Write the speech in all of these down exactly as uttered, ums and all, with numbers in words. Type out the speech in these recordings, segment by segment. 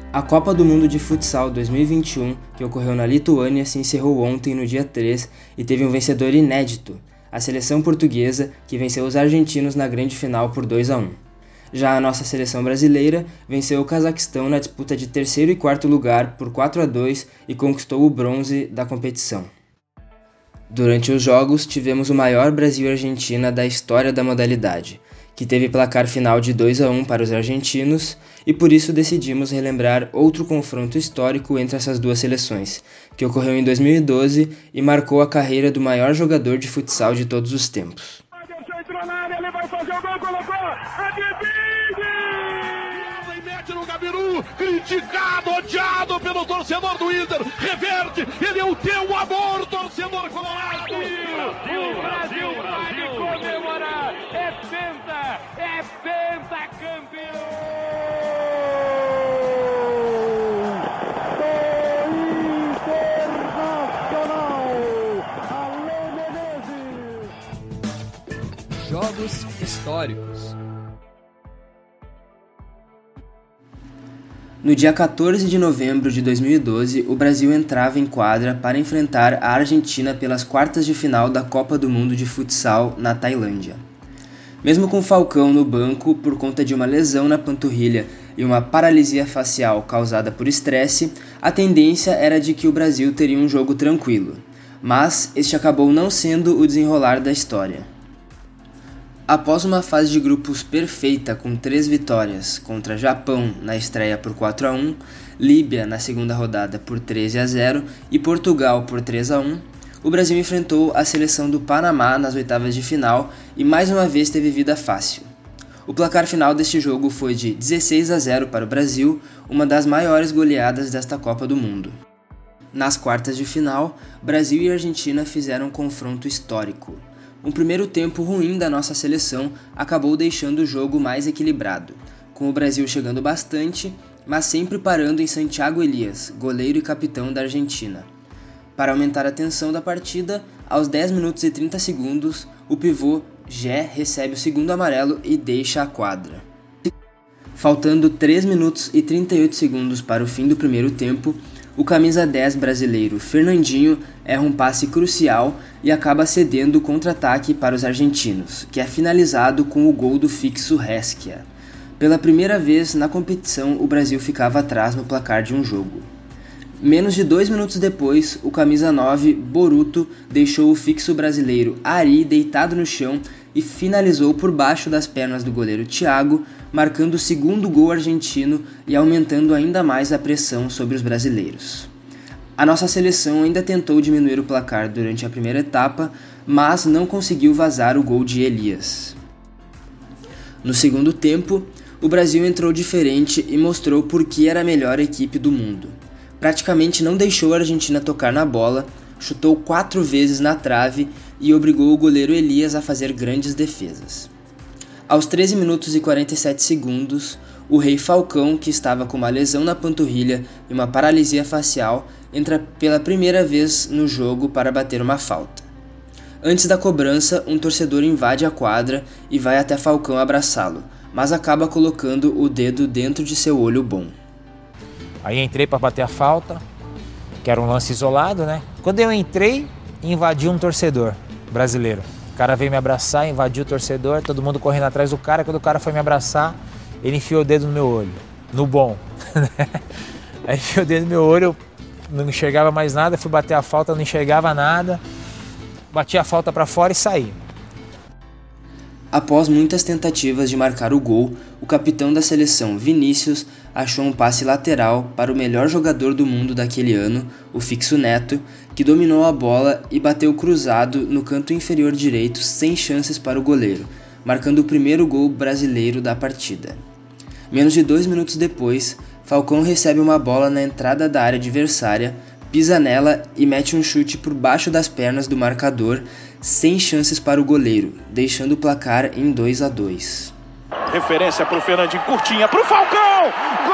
A Copa do Mundo de Futsal dois mil e vinte e um, que ocorreu na Lituânia, se encerrou ontem no dia três e teve um vencedor inédito, a seleção portuguesa, que venceu os argentinos na grande final por dois a um. Já a nossa seleção brasileira venceu o Cazaquistão na disputa de terceiro e quarto lugar por quatro a dois e conquistou o bronze da competição. Durante os jogos, tivemos o maior Brasil e Argentina da história da modalidade, que teve placar final de dois a um para os argentinos, e por isso decidimos relembrar outro confronto histórico entre essas duas seleções, que ocorreu em dois mil e doze e marcou a carreira do maior jogador de futsal de todos os tempos. Entrou na área, ele vai fazer o gol, colocou, mete no Gabiru, criticado, odiado pelo torcedor do Inter, reverte, ele é o teu amor, torcedor colorado. Brasil, o Brasil vai comemorar, é penta, é pentacampeão. Jogos históricos. No dia quatorze de novembro de dois mil e doze, o Brasil entrava em quadra para enfrentar a Argentina pelas quartas de final da Copa do Mundo de Futsal na Tailândia. Mesmo com Falcão no banco por conta de uma lesão na panturrilha e uma paralisia facial causada por estresse, a tendência era de que o Brasil teria um jogo tranquilo, mas este acabou não sendo o desenrolar da história. Após uma fase de grupos perfeita com três vitórias contra Japão na estreia por quatro a um, Líbia na segunda rodada por treze a zero e Portugal por três a um, o Brasil enfrentou a seleção do Panamá nas oitavas de final e mais uma vez teve vida fácil. O placar final deste jogo foi de dezesseis a zero para o Brasil, uma das maiores goleadas desta Copa do Mundo. Nas quartas de final, Brasil e Argentina fizeram um confronto histórico. Um primeiro tempo ruim da nossa seleção acabou deixando o jogo mais equilibrado, com o Brasil chegando bastante, mas sempre parando em Santiago Elias, goleiro e capitão da Argentina. Para aumentar a tensão da partida, aos dez minutos e trinta segundos, o pivô Gé recebe o segundo amarelo e deixa a quadra. Faltando três minutos e trinta e oito segundos para o fim do primeiro tempo, o camisa dez brasileiro Fernandinho erra um passe crucial e acaba cedendo o contra-ataque para os argentinos, que é finalizado com o gol do fixo Reskia. Pela primeira vez na competição, o Brasil ficava atrás no placar de um jogo. Menos de dois minutos depois, o camisa nove, Boruto, deixou o fixo brasileiro Ari deitado no chão e finalizou por baixo das pernas do goleiro Thiago, marcando o segundo gol argentino e aumentando ainda mais a pressão sobre os brasileiros. A nossa seleção ainda tentou diminuir o placar durante a primeira etapa, mas não conseguiu vazar o gol de Elias. No segundo tempo, o Brasil entrou diferente e mostrou por que era a melhor equipe do mundo. Praticamente não deixou a Argentina tocar na bola, chutou quatro vezes na trave e obrigou o goleiro Elias a fazer grandes defesas. Aos treze minutos e quarenta e sete segundos, o rei Falcão, que estava com uma lesão na panturrilha e uma paralisia facial, entra pela primeira vez no jogo para bater uma falta. Antes da cobrança, um torcedor invade a quadra e vai até Falcão abraçá-lo, mas acaba colocando o dedo dentro de seu olho bom. Aí entrei para bater a falta, que era um lance isolado, né? Quando eu entrei, invadiu um torcedor brasileiro. O cara veio me abraçar, invadiu o torcedor, todo mundo correndo atrás do cara. Quando o cara foi me abraçar, ele enfiou o dedo no meu olho, no bom. Aí enfiou o dedo no meu olho, eu não enxergava mais nada, fui bater a falta, não enxergava nada, bati a falta para fora e saí. Após muitas tentativas de marcar o gol, o capitão da seleção, Vinícius, achou um passe lateral para o melhor jogador do mundo daquele ano, o Fixo Neto, que dominou a bola e bateu cruzado no canto inferior direito sem chances para o goleiro, marcando o primeiro gol brasileiro da partida. Menos de dois minutos depois, Falcão recebe uma bola na entrada da área adversária, pisa nela e mete um chute por baixo das pernas do marcador, sem chances para o goleiro, deixando o placar em dois a dois. Referência para o Fernandinho, curtinha para o Falcão! Gol!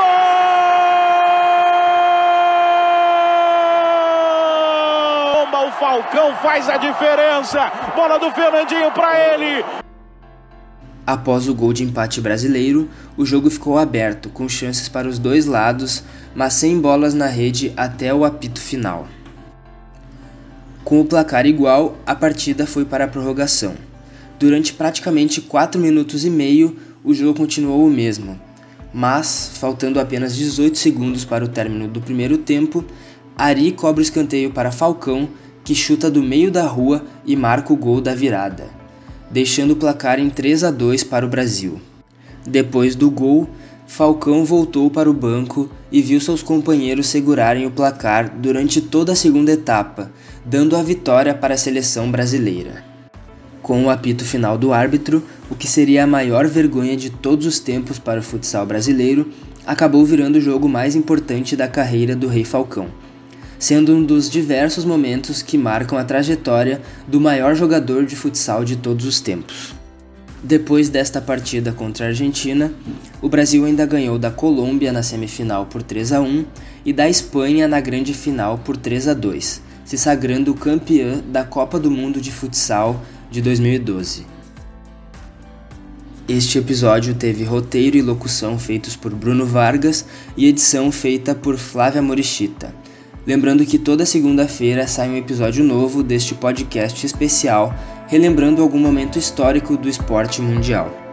O Falcão faz a diferença! Bola do Fernandinho para ele! Após o gol de empate brasileiro, o jogo ficou aberto, com chances para os dois lados, mas sem bolas na rede até o apito final. Com o placar igual, a partida foi para a prorrogação. Durante praticamente quatro minutos e meio, o jogo continuou o mesmo, mas, faltando apenas dezoito segundos para o término do primeiro tempo, Ari cobra o escanteio para Falcão, que chuta do meio da rua e marca o gol da virada, deixando o placar em três a dois para o Brasil. Depois do gol, Falcão voltou para o banco e viu seus companheiros segurarem o placar durante toda a segunda etapa, dando a vitória para a seleção brasileira. Com o apito final do árbitro, o que seria a maior vergonha de todos os tempos para o futsal brasileiro, acabou virando o jogo mais importante da carreira do Rei Falcão, sendo um dos diversos momentos que marcam a trajetória do maior jogador de futsal de todos os tempos. Depois desta partida contra a Argentina, o Brasil ainda ganhou da Colômbia na semifinal por três a um e da Espanha na grande final por três a dois, se sagrando campeã da Copa do Mundo de Futsal de dois mil e doze. Este episódio teve roteiro e locução feitos por Bruno Vargas e edição feita por Flávia Morichita. Lembrando que toda segunda-feira sai um episódio novo deste podcast especial, relembrando algum momento histórico do esporte mundial.